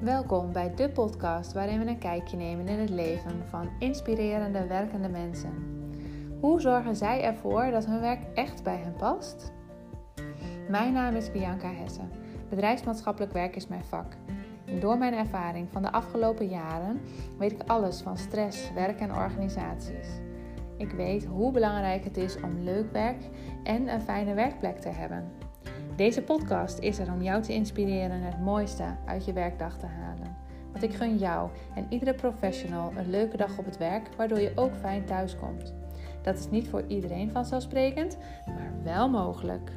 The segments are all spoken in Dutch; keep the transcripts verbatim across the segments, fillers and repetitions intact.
Welkom bij de podcast waarin we een kijkje nemen in het leven van inspirerende werkende mensen. Hoe zorgen zij ervoor dat hun werk echt bij hen past? Mijn naam is Bianca Hesse. Bedrijfsmaatschappelijk werk is mijn vak. En door mijn ervaring van de afgelopen jaren weet ik alles van stress, werk en organisaties. Ik weet hoe belangrijk het is om leuk werk en een fijne werkplek te hebben. Deze podcast is er om jou te inspireren het mooiste uit je werkdag te halen. Want ik gun jou en iedere professional een leuke dag op het werk, waardoor je ook fijn thuis komt. Dat is niet voor iedereen vanzelfsprekend, maar wel mogelijk.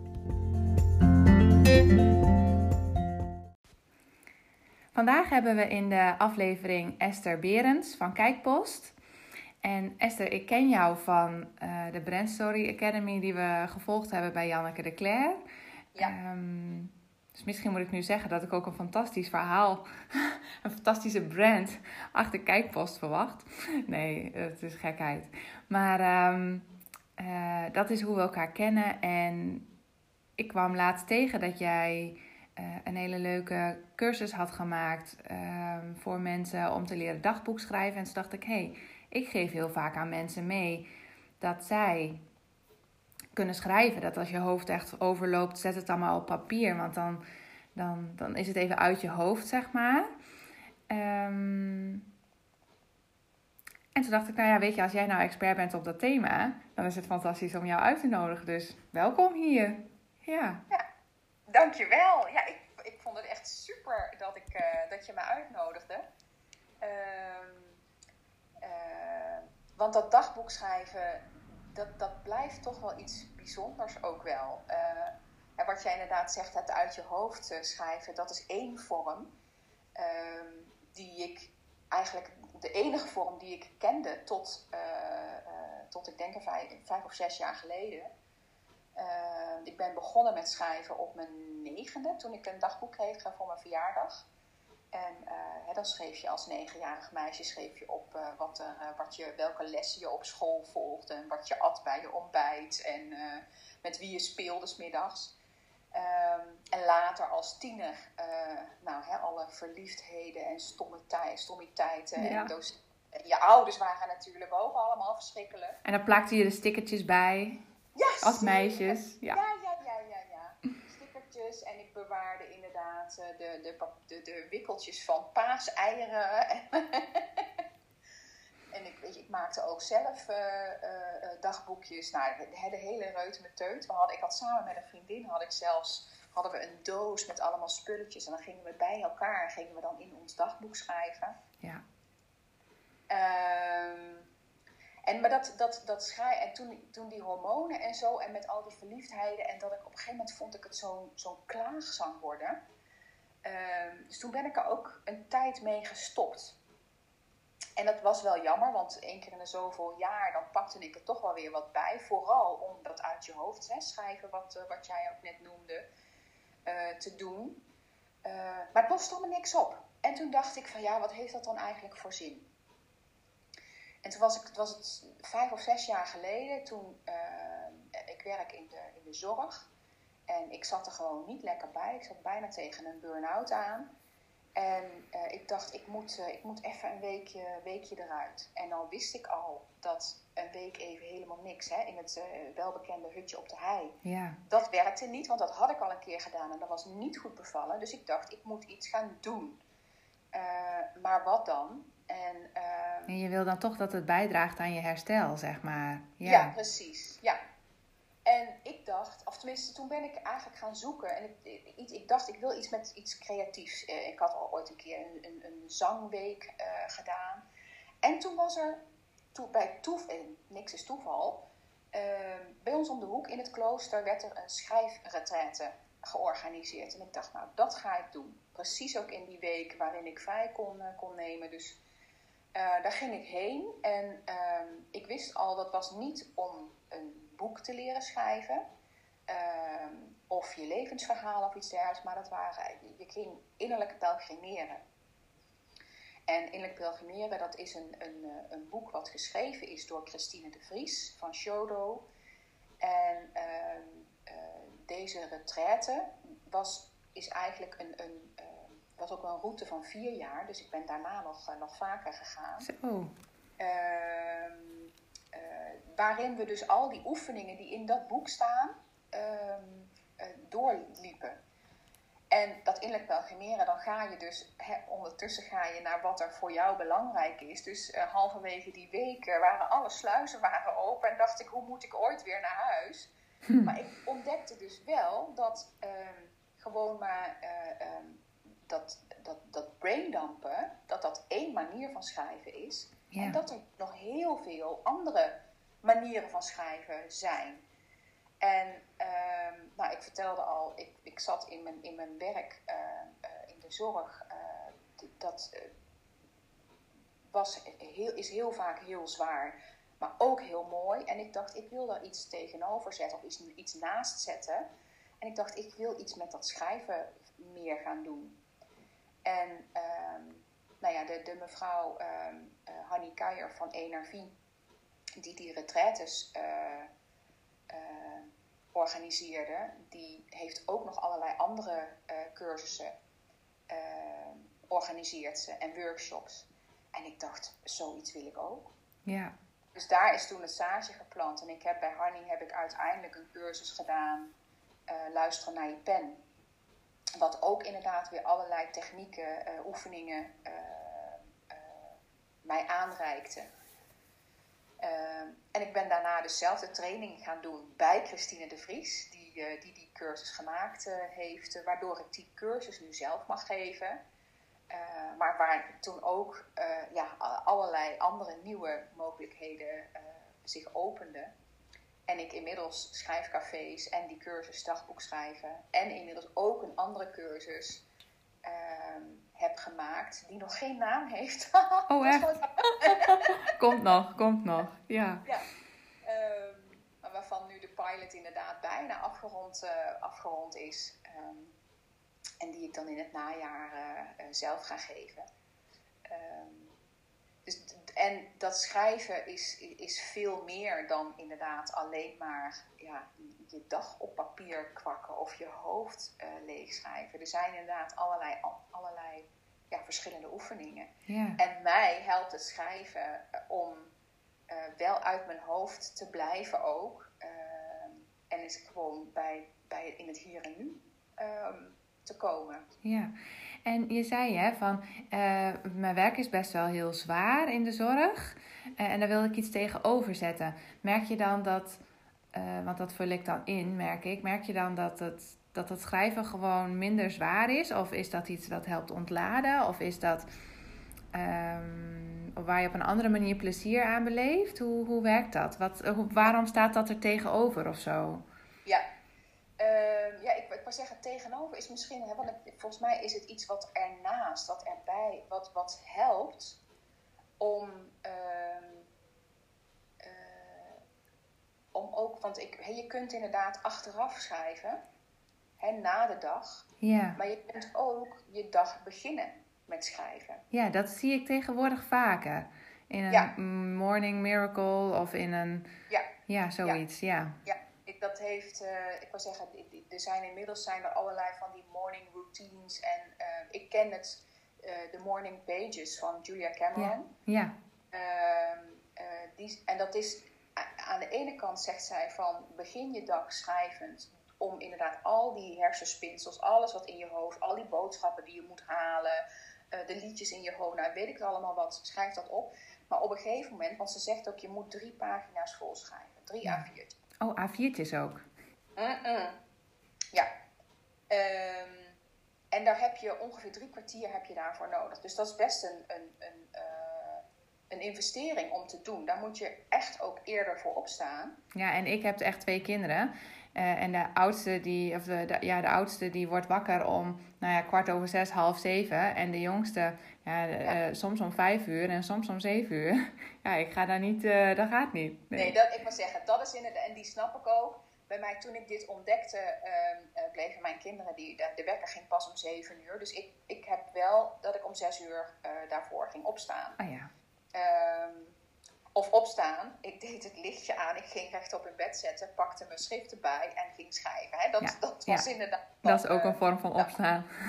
Vandaag hebben we in de aflevering Esther Berends van Kijkpost. En Esther, ik ken jou van uh, de Brand Story Academy die we gevolgd hebben bij Janneke de Cler. Ja. Um, dus misschien moet ik nu zeggen dat ik ook een fantastisch verhaal, een fantastische brand achter Kijkpost verwacht. Nee, het is gekheid. Maar um, uh, dat is hoe we elkaar kennen. En ik kwam laatst tegen dat jij uh, een hele leuke cursus had gemaakt uh, voor mensen om te leren dagboek schrijven. En toen dacht ik, hé, hey, ik geef heel vaak aan mensen mee dat zij kunnen schrijven. Dat als je hoofd echt overloopt, zet het allemaal op papier. Want dan, dan, dan is het even uit je hoofd, zeg maar. Um, en toen dacht ik, nou ja, weet je, als jij nou expert bent op dat thema, dan is het fantastisch om jou uit te nodigen. Dus welkom hier. Ja, ja dankjewel. Ja, ik, ik vond het echt super dat, ik, uh, dat je me uitnodigde. Um, uh, want dat dagboek schrijven, dat, dat blijft toch wel iets bijzonders ook wel. Uh, en wat jij inderdaad zegt, het uit je hoofd uh, schrijven, dat is één vorm uh, die ik eigenlijk, de enige vorm die ik kende tot, uh, uh, tot ik denk vijf, vijf of zes jaar geleden. Uh, ik ben begonnen met schrijven op mijn negende, toen ik een dagboek kreeg voor mijn verjaardag. En uh, hè, dan schreef je als negenjarig meisje schreef je op uh, wat er, uh, wat je, welke lessen je op school volgde. En wat je at bij je ontbijt. En uh, met wie je speelde 's middags. Um, en later als tiener. Uh, nou, hè, alle verliefdheden en stommiteiten. Ja. En doos, je ouders waren natuurlijk ook allemaal verschrikkelijk. En dan plakte je de stickertjes bij. Ja, als meisjes. Ja, ja, ja, ja, ja. ja. Stickertjes. En ik bewaarde inderdaad de, de, de, de wikkeltjes van paaseieren. En ik, weet je, ik maakte ook zelf uh, uh, dagboekjes. Nou, de, de hele reut met teut. We hadden, ik had samen met een vriendin, had ik zelfs, hadden we een doos met allemaal spulletjes. En dan gingen we bij elkaar, gingen we dan in ons dagboek schrijven. Ja. Um, En, maar dat, dat, dat schrij, en toen, toen die hormonen en zo, en met al die verliefdheden, en dat ik op een gegeven moment vond ik het zo'n, zo'n klaagzang worden. Uh, dus toen ben ik er ook een tijd mee gestopt. En dat was wel jammer, want één keer in de zoveel jaar, dan pakte ik er toch wel weer wat bij. Vooral om dat uit je hoofd, hè, schrijven, wat, uh, wat jij ook net noemde, uh, te doen. Uh, maar het loste allemaal niks op. En toen dacht ik van, ja, wat heeft dat dan eigenlijk voor zin? En toen was, ik, was het vijf of zes jaar geleden, toen uh, ik werk in de, in de zorg. En ik zat er gewoon niet lekker bij. Ik zat bijna tegen een burn-out aan. En uh, ik dacht, ik moet, uh, ik moet even een weekje, weekje eruit. En dan wist ik al dat een week even helemaal niks, hè, in het uh, welbekende hutje op de hei. Ja. Dat werkte niet, want dat had ik al een keer gedaan en dat was niet goed bevallen. Dus ik dacht, ik moet iets gaan doen. Uh, maar wat dan? En, uh, en je wil dan toch dat het bijdraagt aan je herstel, zeg maar. Ja, ja precies. Ja. En ik dacht, of tenminste toen ben ik eigenlijk gaan zoeken. En ik, ik, ik dacht, ik wil iets met iets creatiefs. Uh, ik had al ooit een keer een, een, een zangweek uh, gedaan. En toen was er, to, bij toeval, niks is toeval, uh, bij ons om de hoek in het klooster werd er een schrijfretraite georganiseerd. En ik dacht, nou, dat ga ik doen. Precies ook in die week waarin ik vrij kon, uh, kon nemen. Dus uh, daar ging ik heen. En uh, ik wist al, dat was niet om een boek te leren schrijven. Uh, of je levensverhaal of iets dergelijks. Maar dat waren, je ging innerlijk pelgrimeren. En innerlijk pelgrimeren, dat is een, een, een boek wat geschreven is door Christine de Vries van Shodo. En uh, uh, deze retraite was, is eigenlijk een, een uh, was ook wel een route van vier jaar. Dus ik ben daarna nog, uh, nog vaker gegaan. Zo. Uh, uh, waarin we dus al die oefeningen die in dat boek staan, uh, uh, doorliepen. En dat innerlijk pelgrimeren, dan ga je dus, hè, ondertussen ga je naar wat er voor jou belangrijk is. Dus uh, halverwege die weken waren alle sluizen waren open en dacht ik, hoe moet ik ooit weer naar huis? Hm. Maar ik ontdekte dus wel dat uh, gewoon maar uh, um, dat, dat, dat braindampen, dat dat één manier van schrijven is. Ja. En dat er nog heel veel andere manieren van schrijven zijn. En um, nou, ik vertelde al, ik, ik zat in mijn, in mijn werk, uh, uh, in de zorg. Uh, d- dat uh, was heel, is heel vaak heel zwaar, maar ook heel mooi. En ik dacht, ik wil daar iets tegenover zetten of iets, iets naast zetten. En ik dacht, ik wil iets met dat schrijven meer gaan doen. En um, nou ja, de, de mevrouw um, uh, Hannie Kuijer van Energie, die die retraites Uh, Uh, organiseerde, die heeft ook nog allerlei andere uh, cursussen uh, organiseert ze en workshops. En ik dacht, zoiets wil ik ook. Ja. Dus daar is toen het zaadje geplant. En ik heb bij Hannie heb ik uiteindelijk een cursus gedaan, uh, luisteren naar je pen. Wat ook inderdaad weer allerlei technieken, uh, oefeningen uh, uh, mij aanreikte. Uh, en ik ben daarna dezelfde training gaan doen bij Christine de Vries, die uh, die, die cursus gemaakt uh, heeft, uh, waardoor ik die cursus nu zelf mag geven. Uh, maar waar toen ook uh, ja, allerlei andere nieuwe mogelijkheden uh, zich openden. En ik inmiddels schrijfcafés en die cursus dagboek schrijven en inmiddels ook een andere cursus uh, heb gemaakt, die nog geen naam heeft. Oh, echt? Komt nog, komt nog, ja. Ja, um, waarvan nu de pilot inderdaad bijna afgerond, uh, afgerond is. Um, en die ik dan in het najaar uh, uh, zelf ga geven. Um, dus, en dat schrijven is, is veel meer dan inderdaad alleen maar ja, je dag op papier kwakken of je hoofd uh, leegschrijven. Er zijn inderdaad allerlei, allerlei ja, verschillende oefeningen. Ja. En mij helpt het schrijven uh, om uh, wel uit mijn hoofd te blijven ook. Uh, en is gewoon bij, bij in het hier en nu um, te komen. Ja, en je zei hè, van uh, mijn werk is best wel heel zwaar in de zorg. Uh, en daar wil ik iets tegenover zetten. Merk je dan dat, uh, want dat vul ik dan in, merk ik. Merk je dan dat het, dat het schrijven gewoon minder zwaar is? Of is dat iets dat helpt ontladen? Of is dat um, waar je op een andere manier plezier aan beleeft? Hoe, hoe werkt dat? Wat, hoe, waarom staat dat er tegenover of zo? Ja. Uh, ja, ik, ik wou zeggen, tegenover is misschien, hè, want ik, volgens mij is het iets wat ernaast, wat erbij, wat, wat helpt om, uh, uh, om ook, want ik, hè, je kunt inderdaad achteraf schrijven, hè, na de dag, ja. Maar je kunt ook je dag beginnen met schrijven. Ja, dat zie ik tegenwoordig vaker. In een ja. morning miracle of in een, ja, ja zoiets, ja. ja. ja. Ik, dat heeft, uh, ik wil zeggen, er zijn inmiddels zijn er allerlei van die morning routines. En uh, ik ken het, uh, de morning pages van Julia Cameron. Ja. ja. Uh, uh, die, en dat is, aan de ene kant zegt zij van, begin je dag schrijvend. Om inderdaad al die hersenspinsels, alles wat in je hoofd, al die boodschappen die je moet halen. Uh, de liedjes in je hoofd, nou weet ik allemaal wat, schrijf dat op. Maar op een gegeven moment, want ze zegt ook, je moet drie pagina's vol schrijven. Drie ja. A viertjes. Oh, A viertjes ook? Mm-mm. Ja. Um, en daar heb je ongeveer drie kwartier heb je daarvoor nodig. Dus dat is best een, een, een, uh, een investering om te doen. Daar moet je echt ook eerder voor opstaan. Ja, en ik heb echt twee kinderen. Uh, en de oudste, die, of de, de, ja, de oudste die wordt wakker om nou ja, kwart over zes, half zeven. En de jongste ja, de, ja. Uh, soms om vijf uur en soms om zeven uur. Ja, ik ga daar niet, uh, dat gaat niet. Nee, nee dat, ik wil zeggen, dat is inderdaad, en die snap ik ook. Bij mij, toen ik dit ontdekte, um, uh, bleven mijn kinderen, die, de, de wekker ging pas om zeven uur. Dus ik, ik heb wel dat ik om zes uur uh, daarvoor ging opstaan. Ah ja. Um, of opstaan, ik deed het lichtje aan, ik ging rechtop in bed zetten, pakte mijn schrift erbij en ging schrijven. Hè? Dat, ja, dat was ja. inderdaad... Dat is ook uh, een vorm van opstaan.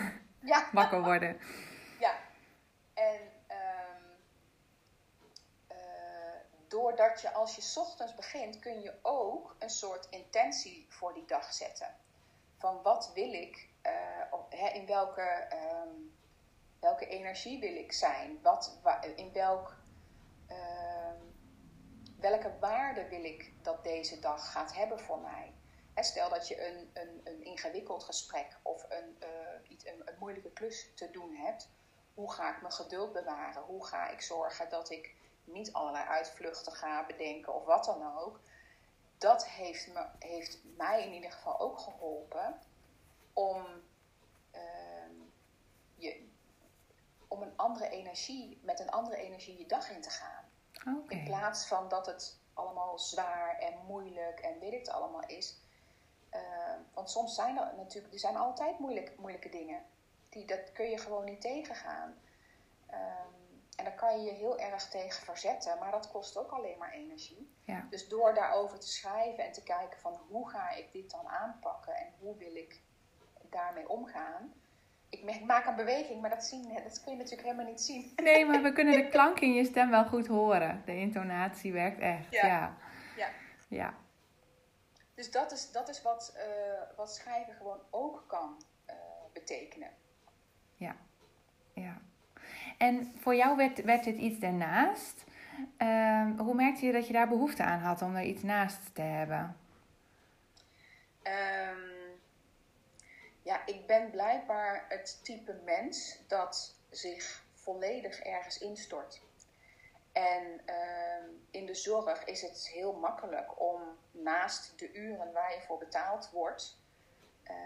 Ja. wakker worden. Ja. En um, uh, doordat je als je 's ochtends begint, kun je ook een soort intentie voor die dag zetten. Van wat wil ik, uh, in welke, um, welke energie wil ik zijn? Wat, in welk, uh, welke waarde wil ik dat deze dag gaat hebben voor mij? He, stel dat je een, een, een ingewikkeld gesprek of een, uh, iets, een, een moeilijke klus te doen hebt. Hoe ga ik mijn geduld bewaren? Hoe ga ik zorgen dat ik niet allerlei uitvluchten ga bedenken of wat dan ook? Dat heeft, me, heeft mij in ieder geval ook geholpen om, uh, je, om een andere energie, met een andere energie je dag in te gaan. Okay. In plaats van dat het allemaal zwaar en moeilijk en weet ik het allemaal is. Uh, want soms zijn er natuurlijk, er zijn altijd moeilijk, moeilijke dingen. Die, dat kun je gewoon niet tegengaan. Um, en daar kan je je heel erg tegen verzetten, maar dat kost ook alleen maar energie. Ja. Dus door daarover te schrijven en te kijken van hoe ga ik dit dan aanpakken en hoe wil ik daarmee omgaan. Ik maak een beweging, maar dat, zien, dat kun je natuurlijk helemaal niet zien. Nee, maar we kunnen de klank in je stem wel goed horen. De intonatie werkt echt. Ja. Ja. ja. ja. Dus dat is, dat is wat, uh, wat schrijven gewoon ook kan uh, betekenen. Ja. Ja. En voor jou werd, werd dit iets daarnaast. Uh, hoe merkte je dat je daar behoefte aan had om er iets naast te hebben? Um, ja, ik ben blijkbaar het type mens dat zich volledig ergens instort. En uh, in de zorg is het heel makkelijk om naast de uren waar je voor betaald wordt, uh,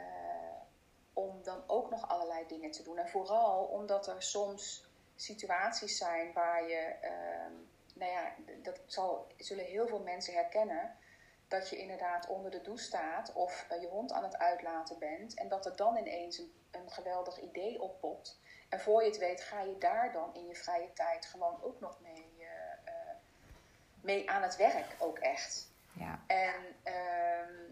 om dan ook nog allerlei dingen te doen. En vooral omdat er soms situaties zijn waar je, uh, nou ja, dat zal, zullen heel veel mensen herkennen, dat je inderdaad onder de douche staat of uh, je hond aan het uitlaten bent en dat er dan ineens een, een geweldig idee oppopt. En voor je het weet ga je daar dan in je vrije tijd gewoon ook nog mee, uh, uh, mee aan het werk ook echt. Ja. En uh,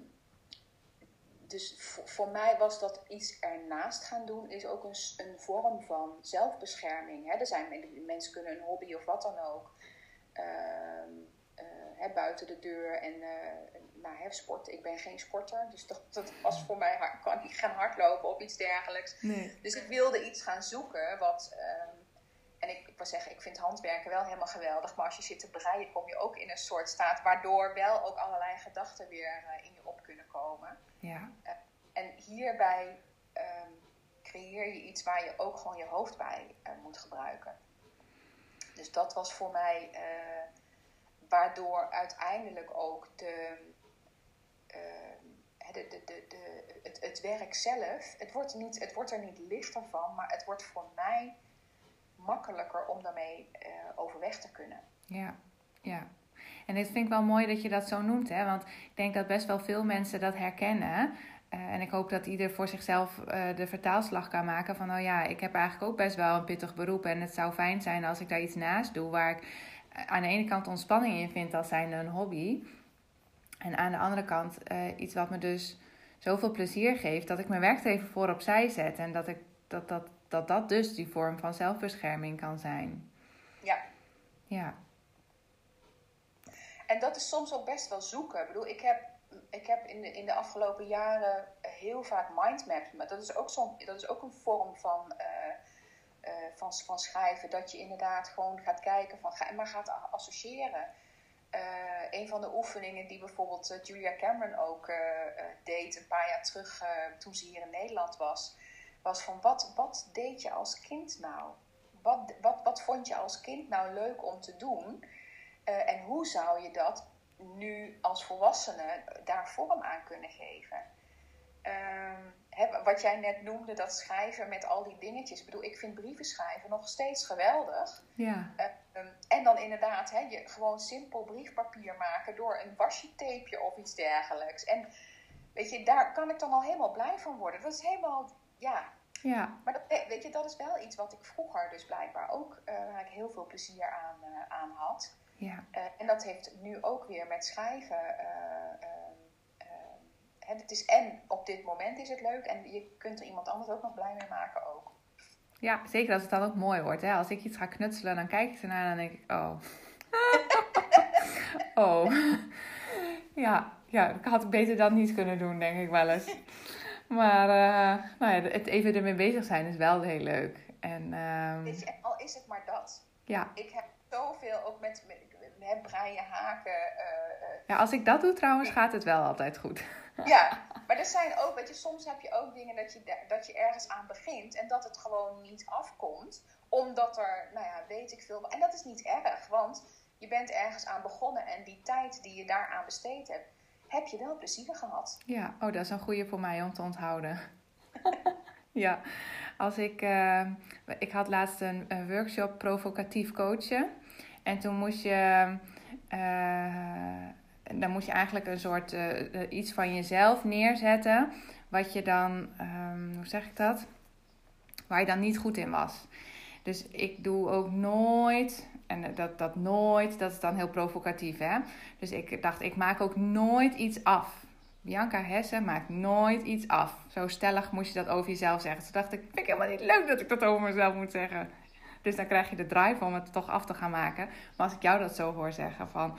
dus voor, voor mij was dat iets ernaast gaan doen is ook een, een vorm van zelfbescherming. Hè? Er zijn mensen kunnen een hobby of wat dan ook uh, uh, hè, buiten de deur en uh, nou, hè, sport. Ik ben geen sporter, dus dat, dat was voor mij hard, kan niet gaan hardlopen of iets dergelijks. Nee. Dus ik wilde iets gaan zoeken wat. Um, en ik, ik wil zeggen, ik vind handwerken wel helemaal geweldig, maar als je zit te breien kom je ook in een soort staat waardoor wel ook allerlei gedachten weer uh, in je op kunnen komen. Ja. Uh, en hierbij um, creëer je iets waar je ook gewoon je hoofd bij uh, moet gebruiken. Dus dat was voor mij uh, waardoor uiteindelijk ook de, uh, de, de, de, de, het, het werk zelf, het wordt, niet, het wordt er niet lichter van, maar het wordt voor mij makkelijker om daarmee uh, overweg te kunnen. Ja, ja. En dit vind ik wel mooi dat je dat zo noemt, hè? Want ik denk dat best wel veel mensen dat herkennen. Uh, en ik hoop dat ieder voor zichzelf uh, de vertaalslag kan maken van, oh ja, ik heb eigenlijk ook best wel een pittig beroep en het zou fijn zijn als ik daar iets naast doe waar ik uh, aan de ene kant ontspanning in vind als zijnde een hobby. En aan de andere kant uh, iets wat me dus zoveel plezier geeft dat ik mijn werk er even voor opzij zet en dat ik dat dat dat dat dus die vorm van zelfbescherming kan zijn. Ja. Ja. En dat is soms ook best wel zoeken. Ik bedoel, ik heb, ik heb in, de, in de afgelopen jaren heel vaak mindmaps. Maar dat is ook, zo'n, dat is ook een vorm van, uh, uh, van, van schrijven. Dat je inderdaad gewoon gaat kijken, van, maar gaat associëren. Uh, een van de oefeningen die bijvoorbeeld uh, Julia Cameron ook uh, uh, deed een paar jaar terug uh, toen ze hier in Nederland was. Was van wat, wat deed je als kind nou? Wat, wat, wat vond je als kind nou leuk om te doen? Uh, en hoe zou je dat nu als volwassene daar vorm aan kunnen geven? Um, he, wat jij net noemde, dat schrijven met al die dingetjes. Ik bedoel, ik vind brieven schrijven nog steeds geweldig. Ja. Uh, um, en dan inderdaad, he, je gewoon simpel briefpapier maken door een washi-tapeje of iets dergelijks. En weet je, daar kan ik dan al helemaal blij van worden. Dat is helemaal, ja... Ja. Maar dat, weet je, dat is wel iets wat ik vroeger dus blijkbaar ook, uh, waar ik heel veel plezier aan, uh, aan had. Ja. Uh, en dat heeft nu ook weer met schrijven. Uh, uh, uh, het is, en op dit moment is het leuk en je kunt er iemand anders ook nog blij mee maken ook. Ja, zeker als het dan ook mooi wordt. Hè? Als ik iets ga knutselen, dan kijk ik ernaar en dan denk ik, oh. oh. ja, ja, ik had het beter dan niet kunnen doen, denk ik wel eens. Maar uh, nou ja, het even ermee bezig zijn is wel heel leuk. En, um... Weet je, al is het maar dat. Ja. Ik heb zoveel, ook met, met, met breien, haken. Uh, uh, ja, als ik dat doe trouwens, gaat het wel altijd goed. ja, maar er zijn ook, weet je, soms heb je ook dingen dat je, dat je ergens aan begint en dat het gewoon niet afkomt. Omdat er, nou ja, weet ik veel. En dat is niet erg, want je bent ergens aan begonnen en die tijd die je daaraan besteed hebt, heb je wel plezier gehad. Ja, oh, dat is een goeie voor mij om te onthouden. ja, als ik, uh, ik had laatst een, een workshop provocatief coachen. En toen moest je, uh, dan moest je eigenlijk een soort uh, iets van jezelf neerzetten. Wat je dan, um, hoe zeg ik dat? Waar je dan niet goed in was. Dus ik doe ook nooit, en dat, dat nooit, dat is dan heel provocatief, hè. Dus ik dacht, ik maak ook nooit iets af. Bianca Hessen maakt nooit iets af. Zo stellig moest je dat over jezelf zeggen. Toen dacht ik, vind ik helemaal niet leuk dat ik dat over mezelf moet zeggen. Dus dan krijg je de drive om het toch af te gaan maken. Maar als ik jou dat zo hoor zeggen van,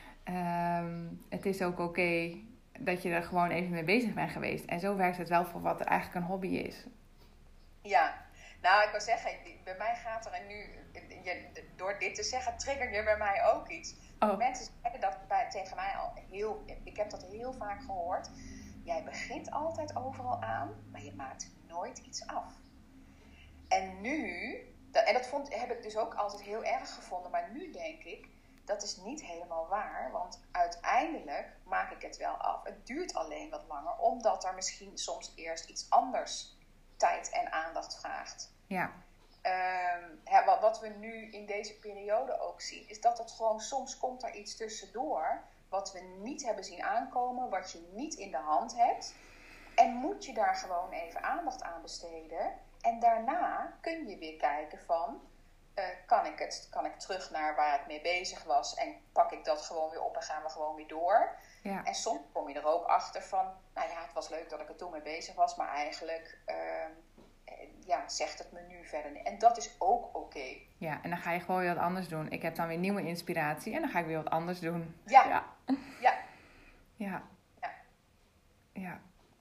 um, het is ook oké okay dat je er gewoon even mee bezig bent geweest. En zo werkt het wel voor wat er eigenlijk een hobby is. Ja. Nou, ik wil zeggen, bij mij gaat er en nu, je, door dit te zeggen, trigger je bij mij ook iets. Oh. Mensen zeggen dat bij, tegen mij al heel, ik heb dat heel vaak gehoord. Jij begint altijd overal aan, maar je maakt nooit iets af. En nu, en dat vond, heb ik dus ook altijd heel erg gevonden, maar nu denk ik, dat is niet helemaal waar. Want uiteindelijk maak ik het wel af. Het duurt alleen wat langer, omdat er misschien soms eerst iets anders tijd en aandacht vraagt. Ja. Um, ja, wat, wat we nu in deze periode ook zien, is dat het gewoon soms komt er iets tussendoor wat we niet hebben zien aankomen, wat je niet in de hand hebt. En moet je daar gewoon even aandacht aan besteden. En daarna kun je weer kijken van, uh, kan ik het, kan ik terug naar waar ik mee bezig was en pak ik dat gewoon weer op en gaan we gewoon weer door. Ja. En soms kom je er ook achter van, nou ja, het was leuk dat ik er toen mee bezig was, maar eigenlijk uh, ja, zegt het me nu verder niet. En dat is ook oké. Okay. Ja, en dan ga je gewoon weer wat anders doen. Ik heb dan weer nieuwe inspiratie en dan ga ik weer wat anders doen. Ja. Ja. Ja. Ja. Ja. ja.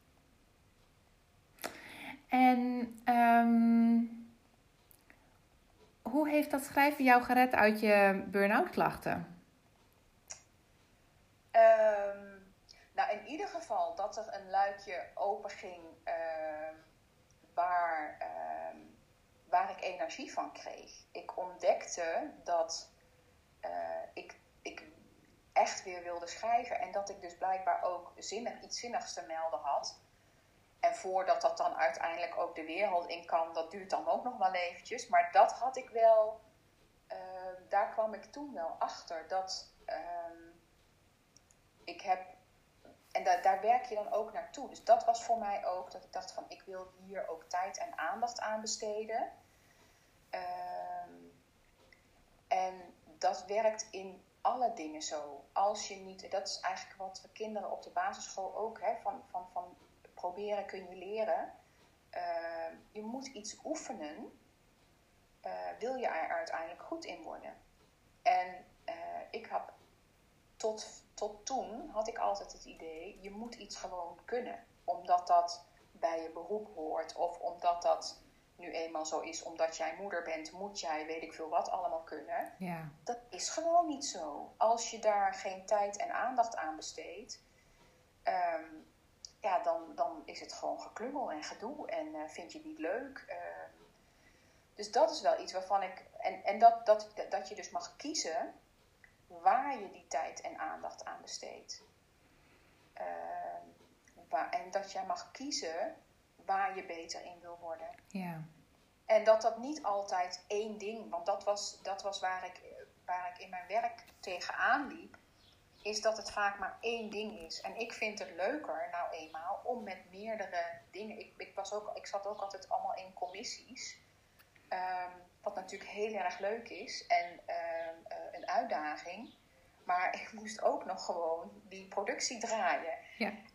En um, hoe heeft dat schrijven jou gered uit je burn-out klachten? Um, nou, in ieder geval dat er een luikje open ging uh, waar, uh, waar ik energie van kreeg. Ik ontdekte dat uh, ik, ik echt weer wilde schrijven en dat ik dus blijkbaar ook zinnig, iets zinnigs te melden had. En voordat dat dan uiteindelijk ook de wereld in kan, dat duurt dan ook nog wel eventjes. Maar dat had ik wel, uh, daar kwam ik toen wel achter. Dat uh, ik heb, en da- daar werk je dan ook naartoe. Dus dat was voor mij ook, dat ik dacht van, ik wil hier ook tijd en aandacht aan besteden. Uh, en dat werkt in alle dingen zo. Als je niet, dat is eigenlijk wat we kinderen op de basisschool ook, hè, van... van, van proberen kun je leren. Uh, je moet iets oefenen. Uh, wil je er uiteindelijk goed in worden. En uh, ik had tot, tot toen had ik altijd het idee, je moet iets gewoon kunnen. Omdat dat bij je beroep hoort. Of omdat dat nu eenmaal zo is. Omdat jij moeder bent, moet jij weet ik veel wat allemaal kunnen. Ja. Dat is gewoon niet zo. Als je daar geen tijd en aandacht aan besteedt. Um, Ja, dan, dan is het gewoon geklungel en gedoe en uh, vind je het niet leuk. Uh, dus dat is wel iets waarvan ik... En, en dat, dat, dat je dus mag kiezen waar je die tijd en aandacht aan besteedt. Uh, waar, en dat jij mag kiezen waar je beter in wil worden. Ja. En dat dat niet altijd één ding... Want dat was, dat was waar, ik, waar ik in mijn werk tegenaan liep. Is dat het vaak maar één ding is. En ik vind het leuker, nou eenmaal, om met meerdere dingen... Ik, ik, was ook, ik zat ook altijd allemaal in commissies. Um, wat natuurlijk heel erg leuk is. En um, uh, een uitdaging. Maar ik moest ook nog gewoon die productie draaien. Ja.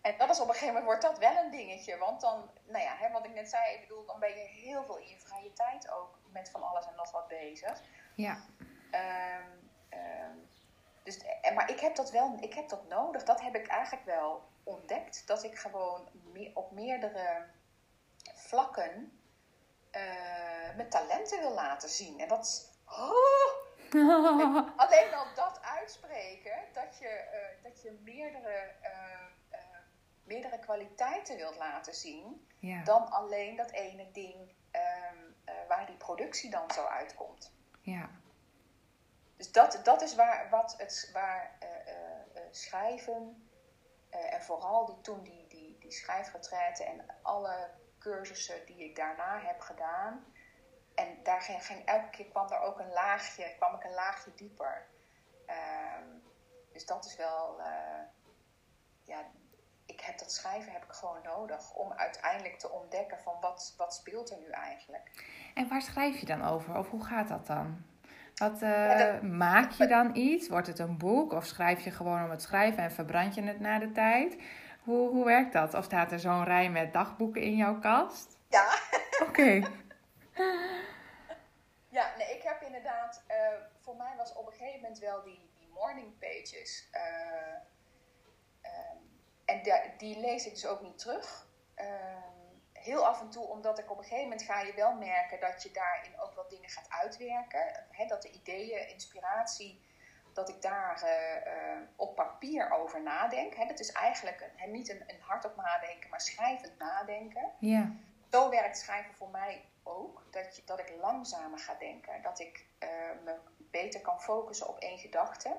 En dat is op een gegeven moment wordt dat wel een dingetje. Want dan, nou ja, hè, wat ik net zei, ik bedoel, dan ben je heel veel in je vrije tijd ook met van alles en nog wat bezig. Ja. Um, um, dus, en, maar ik heb dat wel, ik heb dat nodig. Dat heb ik eigenlijk wel ontdekt. Dat ik gewoon me, op meerdere vlakken uh, mijn talenten wil laten zien. En dat is... Oh, alleen al dat uitspreken, dat je, uh, dat je meerdere, uh, uh, meerdere kwaliteiten wilt laten zien, ja. dan alleen dat ene ding um, uh, waar die productie dan zo uitkomt. Ja. Dus dat, dat is waar, wat het, waar uh, uh, uh, schrijven uh, en vooral die, toen die, die, die schrijfretraite en alle cursussen die ik daarna heb gedaan. En daar ging, ging elke keer kwam er ook een laagje, kwam ik een laagje dieper. Um, dus dat is wel, uh, ja, ik heb dat schrijven heb ik gewoon nodig om uiteindelijk te ontdekken van wat, wat speelt er nu eigenlijk. En waar schrijf je dan over? Of hoe gaat dat dan? Wat, uh, ja, dat, maak je dan iets? Wordt het een boek? Of schrijf je gewoon om het schrijven en verbrand je het na de tijd? Hoe, hoe werkt dat? Of staat er zo'n rij met dagboeken in jouw kast? Ja. Oké. Okay. Ja, nee, ik heb inderdaad... Uh, voor mij was op een gegeven moment wel die, die morning pages. Uh, um, en de, die lees ik dus ook niet terug. Um, heel af en toe, omdat ik op een gegeven moment ga je wel merken dat je daarin ook wat dingen gaat uitwerken. He, dat de ideeën, inspiratie, dat ik daar uh, uh, op papier over nadenk. He, dat is eigenlijk een, he, niet een, een hardop nadenken, maar schrijvend nadenken. Ja. Zo werkt schrijven voor mij ook. Dat, je, dat ik langzamer ga denken. Dat ik uh, me beter kan focussen op één gedachte.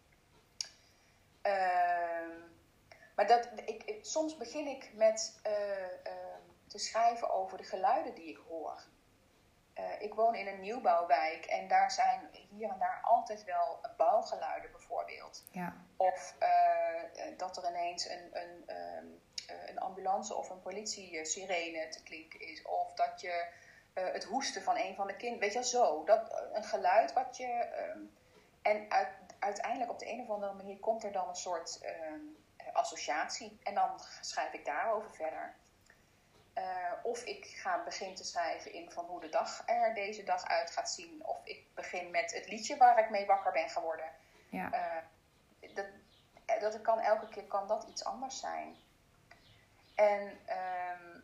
Uh, maar dat, ik, soms begin ik met uh, uh, te schrijven over de geluiden die ik hoor. Uh, ik woon in een nieuwbouwwijk en daar zijn hier en daar altijd wel bouwgeluiden bijvoorbeeld. Ja. Of uh, dat er ineens een, een, um, uh, een ambulance of een politie-sirene te klinken is. Of dat je uh, het hoesten van een van de kinderen, weet je wel zo. Dat, een geluid wat je... Um, en uit, uiteindelijk op de een of andere manier komt er dan een soort um, associatie. En dan schrijf ik daarover verder. Uh, of ik ga begin te schrijven in van hoe de dag er deze dag uit gaat zien. Of ik begin met het liedje waar ik mee wakker ben geworden. Ja. Uh, dat, dat kan, elke keer kan dat iets anders zijn. En um,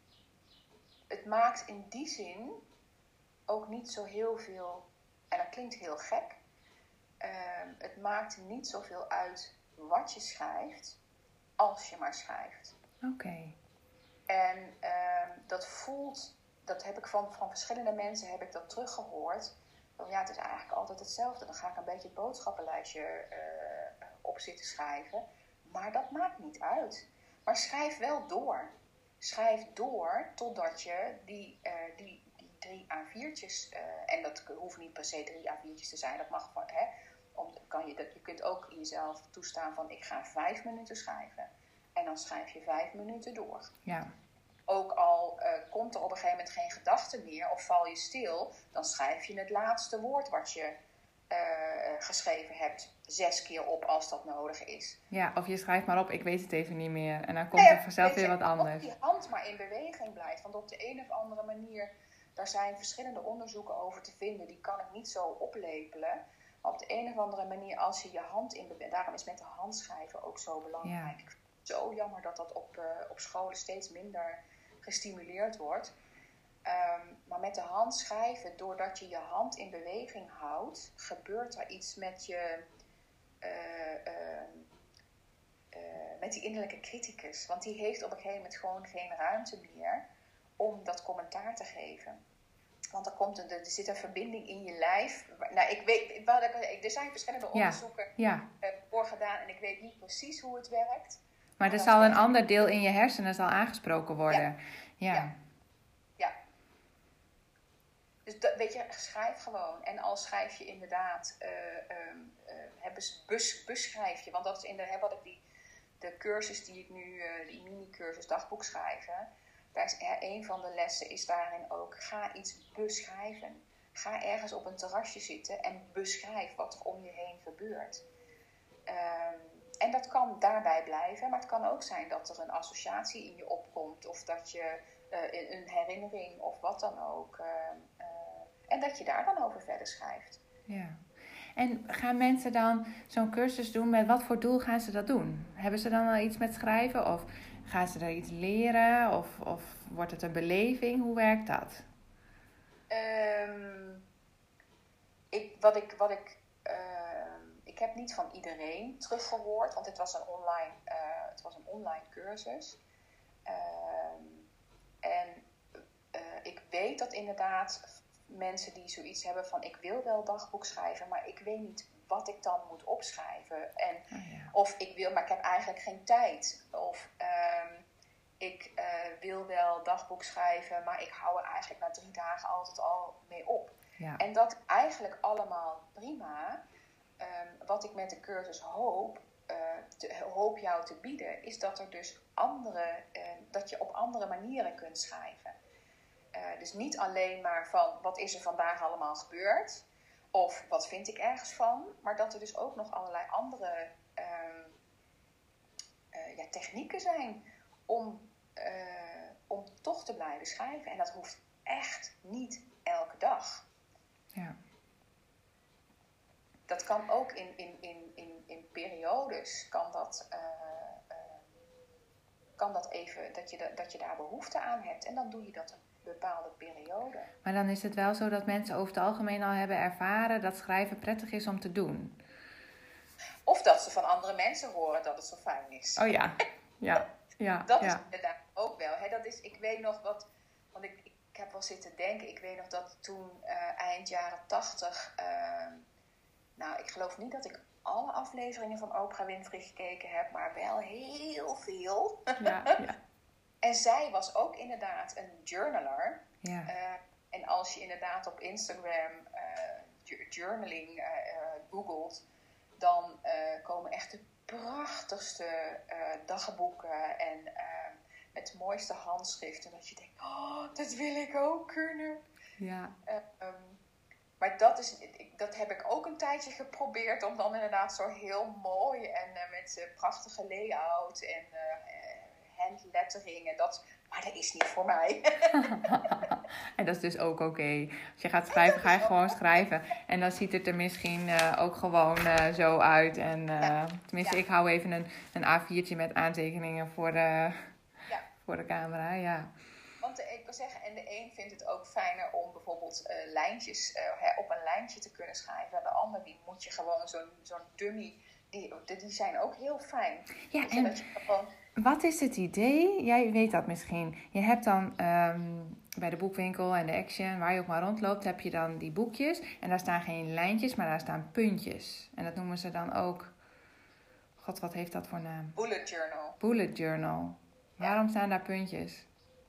het maakt in die zin ook niet zo heel veel... En dat klinkt heel gek. Um, het maakt niet zoveel uit wat je schrijft, als je maar schrijft. Oké. Okay. En um, dat voelt, dat heb ik van, van verschillende mensen heb ik dat teruggehoord. Van, ja, het is eigenlijk altijd hetzelfde. Dan ga ik een beetje het boodschappenlijstje uh, op zitten schrijven. Maar dat maakt niet uit. Maar schrijf wel door. Schrijf door totdat je die, uh, die, die drie A viertjes... Uh, en dat hoeft niet per se drie A viertjes te zijn. Dat mag van, hè. Om, kan je, dat, je kunt ook jezelf toestaan van ik ga vijf minuten schrijven. En dan schrijf je vijf minuten door. Ja. Ook al uh, komt er op een gegeven moment geen gedachte meer of val je stil, dan schrijf je het laatste woord wat je uh, geschreven hebt zes keer op als dat nodig is. Ja, of je schrijft maar op, ik weet het even niet meer. En dan komt nee, er vanzelf weer wat anders. Of die hand maar in beweging blijft. Want op de een of andere manier, daar zijn verschillende onderzoeken over te vinden. Die kan ik niet zo oplepelen. Maar op de een of andere manier, als je je hand in beweging... Daarom is met de hand schrijven ook zo belangrijk. Ja. Zo jammer dat dat op, uh, op scholen steeds minder gestimuleerd wordt. Um, maar met de hand schrijven, doordat je je hand in beweging houdt, gebeurt er iets met je, uh, uh, uh, met die innerlijke criticus. Want die heeft op een gegeven moment gewoon geen ruimte meer om dat commentaar te geven. Want er, komt een, er zit een verbinding in je lijf. Nou, ik weet, er zijn verschillende onderzoeken ja, ja. uh, voor gedaan en ik weet niet precies hoe het werkt. Maar er zal een ander deel in je hersenen zal aangesproken worden. Ja. Ja. ja. ja. Dus dat, weet je, schrijf gewoon. En al schrijf je inderdaad, uh, um, uh, bes, bes, beschrijf je. Want dat is in de, hè, wat ik die, de cursus die ik nu, uh, die mini-cursus dagboek schrijven. Daar is er, een van de lessen is daarin ook, ga iets beschrijven. Ga ergens op een terrasje zitten en beschrijf wat er om je heen gebeurt. Um, en dat kan daarbij blijven, maar het kan ook zijn dat er een associatie in je opkomt. Of dat je uh, een herinnering of wat dan ook. Uh, uh, en dat je daar dan over verder schrijft. Ja. En gaan mensen dan zo'n cursus doen? Met wat voor doel gaan ze dat doen? Hebben ze dan al iets met schrijven? Of gaan ze daar iets leren? Of, of wordt het een beleving? Hoe werkt dat? Um, ik, wat ik... Wat ik uh, Ik heb niet van iedereen teruggehoord, want het was een online, uh, het was een online cursus. Uh, en uh, ik weet dat inderdaad mensen die zoiets hebben van ik wil wel dagboek schrijven, maar ik weet niet wat ik dan moet opschrijven. En, oh ja. Of ik wil, maar ik heb eigenlijk geen tijd. Of um, ik uh, wil wel dagboek schrijven, maar ik hou er eigenlijk na drie dagen altijd al mee op. Ja. En dat eigenlijk allemaal prima. Um, wat ik met de cursus hoop, uh, te, hoop jou te bieden, is dat er dus andere, uh, dat je op andere manieren kunt schrijven. Uh, dus niet alleen maar van wat is er vandaag allemaal gebeurd, of wat vind ik ergens van, maar dat er dus ook nog allerlei andere um, uh, ja, technieken zijn om, uh, om toch te blijven schrijven. En dat hoeft echt niet elke dag. Ja. Dat kan ook in, in, in, in, in periodes, kan dat, uh, uh, kan dat even, dat je, de, dat je daar behoefte aan hebt. En dan doe je dat een bepaalde periode. Maar dan is het wel zo dat mensen over het algemeen al hebben ervaren dat schrijven prettig is om te doen. Of dat ze van andere mensen horen dat het zo fijn is. Oh ja, ja, ja. Dat ja. is inderdaad ook wel. Hè? Dat is, ik weet nog wat, want ik, ik heb wel zitten denken, ik weet nog dat toen uh, eind jaren tachtig... Uh, Nou, ik geloof niet dat ik alle afleveringen van Oprah Winfrey gekeken heb, maar wel heel veel. Ja, ja. En zij was ook inderdaad een journaler. Ja. Uh, en als je inderdaad op Instagram uh, journaling uh, uh, googelt, dan uh, komen echt de prachtigste uh, dagboeken en uh, met de mooiste handschriften. Dat je denkt, oh, dat wil ik ook kunnen. Ja. Uh, um, Maar dat, is, dat heb ik ook een tijdje geprobeerd. Om dan inderdaad zo heel mooi en uh, met uh, prachtige layout en uh, handlettering. En dat, maar dat is niet voor mij. En dat is dus ook oké. Okay. Als je gaat schrijven, ga je gewoon schrijven. En dan ziet het er misschien uh, ook gewoon uh, zo uit. En, uh, ja. Tenminste, ja. Ik hou even een, een A viertje met aantekeningen voor de, ja. voor de camera. Ja. Want de, ik wil zeggen, en de een vindt het ook fijner om bijvoorbeeld uh, lijntjes uh, hè, op een lijntje te kunnen schrijven. En de ander die moet je gewoon zo'n, zo'n dummy, die, die zijn ook heel fijn. Ja, dus en dat je gewoon... wat is het idee? Jij weet dat misschien. Je hebt dan um, bij de boekwinkel en de Action, waar je ook maar rondloopt, heb je dan die boekjes. En daar staan geen lijntjes, maar daar staan puntjes. En dat noemen ze dan ook... God, wat heeft dat voor naam? Bullet journal. Bullet journal. Ja. Waarom staan daar puntjes?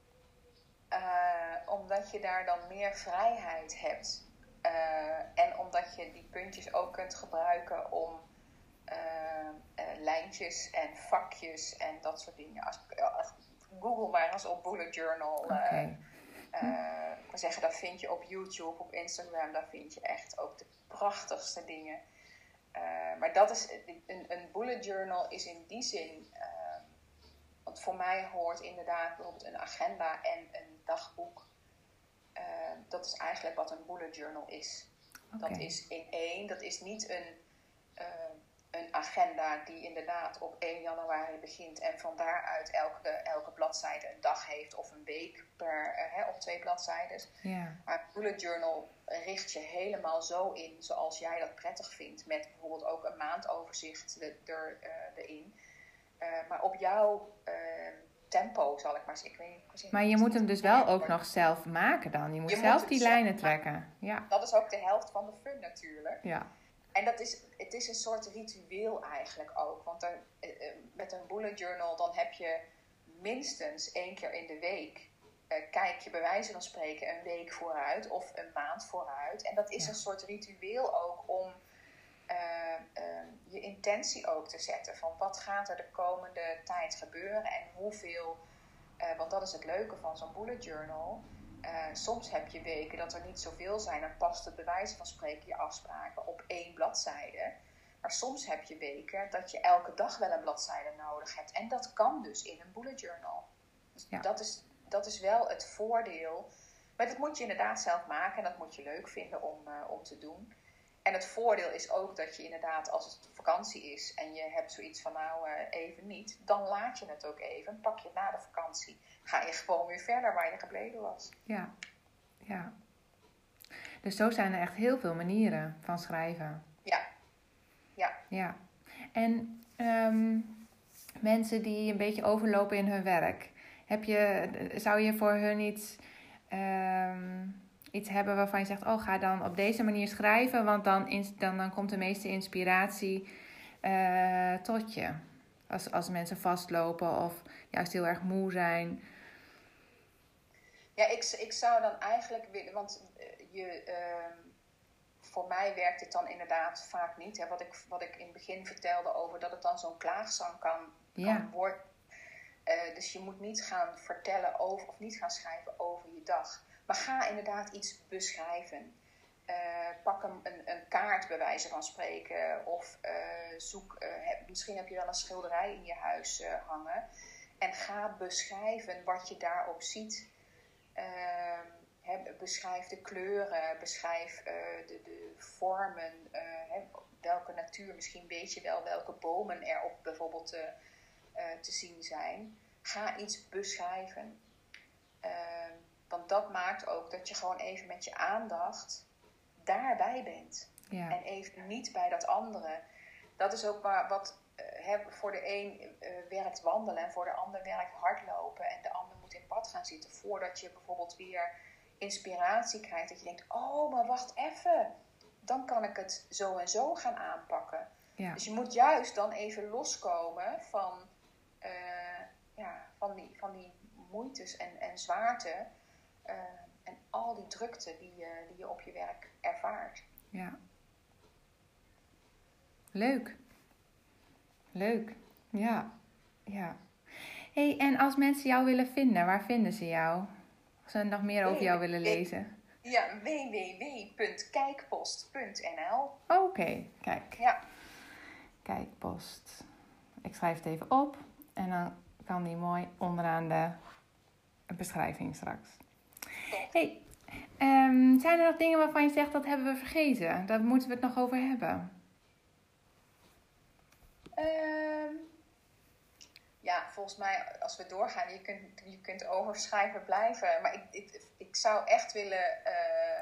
Uh, omdat je daar dan meer vrijheid hebt. Uh, en omdat je die puntjes ook kunt gebruiken om uh, uh, lijntjes en vakjes en dat soort dingen. Als, uh, Google maar eens op bullet journal. Uh, okay. uh, ik wil zeggen, dat vind je op YouTube, op Instagram. Daar vind je echt ook de prachtigste dingen. Uh, maar dat is, een, een bullet journal is in die zin... Uh, Want voor mij hoort inderdaad bijvoorbeeld een agenda en een dagboek. Uh, dat is eigenlijk wat een bullet journal is. Okay. Dat is in één. Dat is niet een, uh, een agenda die inderdaad op één januari begint. En van daaruit elke, elke bladzijde een dag heeft. Of een week per, uh, hè, op twee bladzijden. Yeah. Maar een bullet journal richt je helemaal zo in zoals jij dat prettig vindt. Met bijvoorbeeld ook een maandoverzicht er, uh, erin. Uh, maar op jouw uh, tempo zal ik maar zeggen. Ik weet niet precies. Maar je moet hem dus wel ook nog zelf maken dan. Je moet je zelf moet die zelf lijnen maken. trekken. Ja. Dat is ook de helft van de fun natuurlijk. Ja. En dat is, het is een soort ritueel eigenlijk ook. Want er, uh, met een bullet journal dan heb je minstens één keer in de week... Uh, kijk je bij wijze van spreken een week vooruit of een maand vooruit. En dat is ja. een soort ritueel ook om... Uh, uh, je intentie ook te zetten van wat gaat er de komende tijd gebeuren en hoeveel, uh, want dat is het leuke van zo'n bullet journal. Uh, soms heb je weken dat er niet zoveel zijn en past het bij wijze van spreken je afspraken op één bladzijde. Maar soms heb je weken dat je elke dag wel een bladzijde nodig hebt. En dat kan dus in een bullet journal. Dus ja. dat, is, dat is wel het voordeel. Maar dat moet je inderdaad zelf maken. En dat moet je leuk vinden om, uh, om te doen. En het voordeel is ook dat je inderdaad, als het vakantie is en je hebt zoiets van nou uh, even niet, dan laat je het ook even. Pak je na de vakantie. Ga je gewoon weer verder waar je gebleven was. Ja, ja. Dus zo zijn er echt heel veel manieren van schrijven. Ja. Ja. Ja. En um, mensen die een beetje overlopen in hun werk. Heb je, zou je voor hun iets... Um, iets hebben waarvan je zegt, oh, ga dan op deze manier schrijven, want dan, in, dan, dan komt de meeste inspiratie uh, tot je. Als, als mensen vastlopen of juist heel erg moe zijn. Ja, ik, ik zou dan eigenlijk willen, want je, uh, voor mij werkt het dan inderdaad vaak niet. Hè, wat, ik, wat ik in het begin vertelde over dat het dan zo'n klaagzang kan, ja. kan worden. Uh, dus je moet niet gaan vertellen over, of niet gaan schrijven over je dag. Maar ga inderdaad iets beschrijven. Uh, pak een, een, een kaart bij wijze van spreken. Of uh, zoek, uh, heb, misschien heb je wel een schilderij in je huis uh, hangen. En ga beschrijven wat je daarop ziet. Uh, he, beschrijf de kleuren. Beschrijf uh, de, de vormen. Uh, he, welke natuur. Misschien weet je wel welke bomen er op bijvoorbeeld uh, uh, te zien zijn. Ga iets beschrijven. Uh, Want dat maakt ook dat je gewoon even met je aandacht daarbij bent. Ja. En even niet bij dat andere. Dat is ook waar, wat uh, voor de een uh, werkt wandelen en voor de ander werkt hardlopen. En de ander moet in bad gaan zitten voordat je bijvoorbeeld weer inspiratie krijgt. Dat je denkt, oh, maar wacht even. Dan kan ik het zo en zo gaan aanpakken. Ja. Dus je moet juist dan even loskomen van, uh, ja, van, die, van die moeites en, en zwaarte. Uh, en al die drukte die, uh, die je op je werk ervaart. Ja. Leuk. Leuk. Ja. Ja. Hey, en als mensen jou willen vinden, waar vinden ze jou? Als ze nog meer over jou willen lezen. Ja, w w w punt kijkpost punt n l. Oké, okay, kijk. Ja. Kijkpost. Ik schrijf het even op. En dan kan die mooi onderaan de beschrijving straks. Hey, um, zijn er nog dingen waarvan je zegt, dat hebben we vergeten? Daar moeten we het nog over hebben. Um, ja, volgens mij, als we doorgaan, je kunt, je kunt over schrijven blijven. Maar ik, ik, ik zou echt willen... Uh,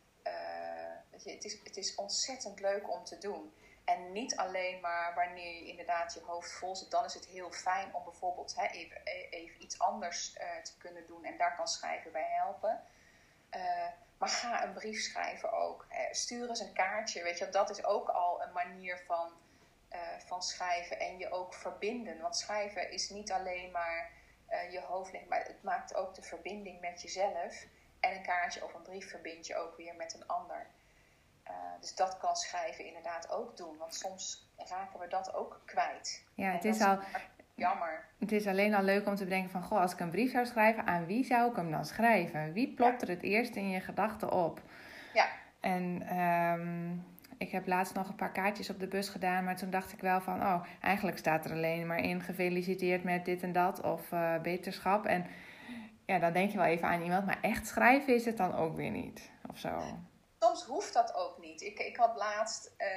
uh, weet je, het, is, het is ontzettend leuk om te doen. En niet alleen maar wanneer je inderdaad je hoofd vol zit. Dan is het heel fijn om bijvoorbeeld hè, even, even iets anders uh, te kunnen doen. En daar kan schrijven bij helpen. Uh, maar ga een brief schrijven ook. Uh, stuur eens een kaartje. Weet je, dat is ook al een manier van, uh, van schrijven. En je ook verbinden. Want schrijven is niet alleen maar uh, je hoofd leeg. Maar het maakt ook de verbinding met jezelf. En een kaartje of een brief verbind je ook weer met een ander. Uh, dus dat kan schrijven inderdaad ook doen. Want soms raken we dat ook kwijt. Ja, het en is dat al... is jammer. Het is alleen al leuk om te bedenken van... Goh, als ik een brief zou schrijven, aan wie zou ik hem dan schrijven? Wie plopt ja. er het eerst in je gedachten op? Ja. En um, ik heb laatst nog een paar kaartjes op de bus gedaan... maar toen dacht ik wel van... oh, eigenlijk staat er alleen maar in... gefeliciteerd met dit en dat of uh, beterschap. En ja, dan denk je wel even aan iemand... maar echt schrijven is het dan ook weer niet. Of zo. Soms hoeft dat ook niet. Ik, ik had laatst... Uh...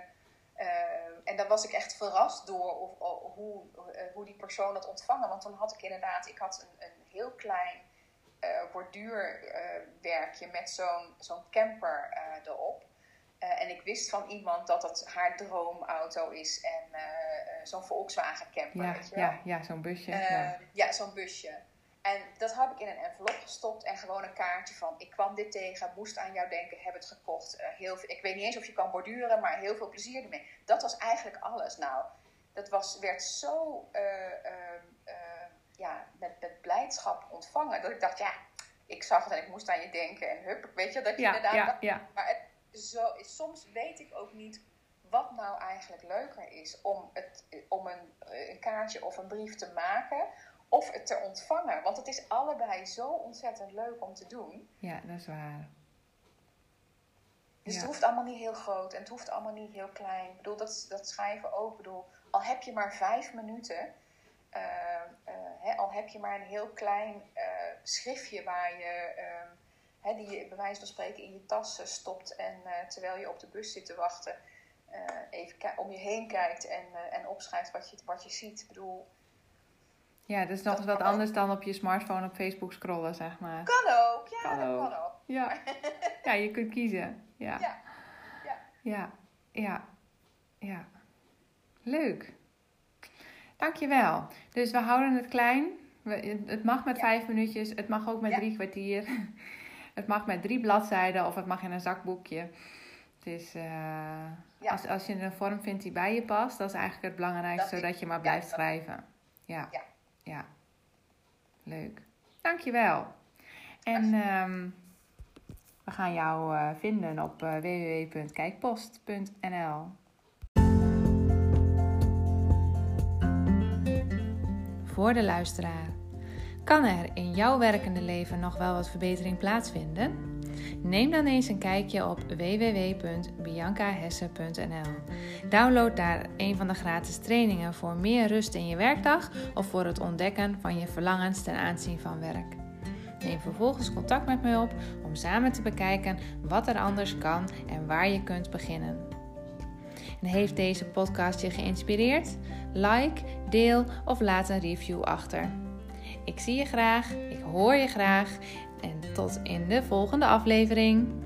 Uh, en daar was ik echt verrast door of, of, hoe, uh, hoe die persoon dat ontvangen. Want toen had ik inderdaad, ik had een, een heel klein uh, borduurwerkje uh, met zo'n, zo'n camper uh, erop. Uh, en ik wist van iemand dat het haar droomauto is en uh, uh, zo'n Volkswagen camper. Ja, weet je wel? ja, ja, zo'n busje. Uh, ja. ja, zo'n busje. En dat heb ik in een envelop gestopt en gewoon een kaartje van... ik kwam dit tegen, moest aan jou denken, heb het gekocht. Uh, heel veel, ik weet niet eens of je kan borduren, maar heel veel plezier ermee. Dat was eigenlijk alles. Nou, dat was, werd zo uh, uh, uh, ja, met, met blijdschap ontvangen... dat ik dacht, ja, ik zag het en ik moest aan je denken. En hup, weet je, dat je ja, inderdaad... Ja, ja. Maar het, zo, soms weet ik ook niet wat nou eigenlijk leuker is... om, het, om een, een kaartje of een brief te maken... of het te ontvangen. Want het is allebei zo ontzettend leuk om te doen. Ja, dat is waar. Dus ja. het hoeft allemaal niet heel groot en het hoeft allemaal niet heel klein. Ik bedoel, dat, dat schrijven ook. Ik bedoel, al heb je maar vijf minuten, uh, uh, hè, al heb je maar een heel klein uh, schriftje waar je, uh, hè, die je bij wijze van spreken in je tas uh, stopt en uh, terwijl je op de bus zit te wachten, uh, even ki- om je heen kijkt en, uh, en opschrijft wat je, wat je ziet. Ik bedoel, ja, dat is nog eens wat anders dan op je smartphone op Facebook scrollen, zeg maar. Kan ook, ja, Kan dat ook. kan ook. Ja. Ja, je kunt kiezen. Ja. Ja. Ja. Ja. Ja. Ja. Leuk. Dankjewel. Dus we houden het klein. We, het mag met ja. vijf minuutjes. Het mag ook met ja. drie kwartier. Het mag met drie bladzijden of het mag in een zakboekje. Het is, uh, ja. als, als je een vorm vindt die bij je past, dat is eigenlijk het belangrijkste, dat zodat je maar blijft ja, schrijven. Ja. ja. Ja. Leuk. Dankjewel. En um, we gaan jou uh, vinden op uh, w w w punt kijkpost punt n l. Voor de luisteraar. Kan er in jouw werkende leven nog wel wat verbetering plaatsvinden? Neem dan eens een kijkje op w w w punt bianca hesse punt n l. Download daar een van de gratis trainingen voor meer rust in je werkdag of voor het ontdekken van je verlangens ten aanzien van werk. Neem vervolgens contact met mij op om samen te bekijken wat er anders kan en waar je kunt beginnen. En heeft deze podcast je geïnspireerd? Like, deel of laat een review achter. Ik zie je graag, ik hoor je graag en tot in de volgende aflevering.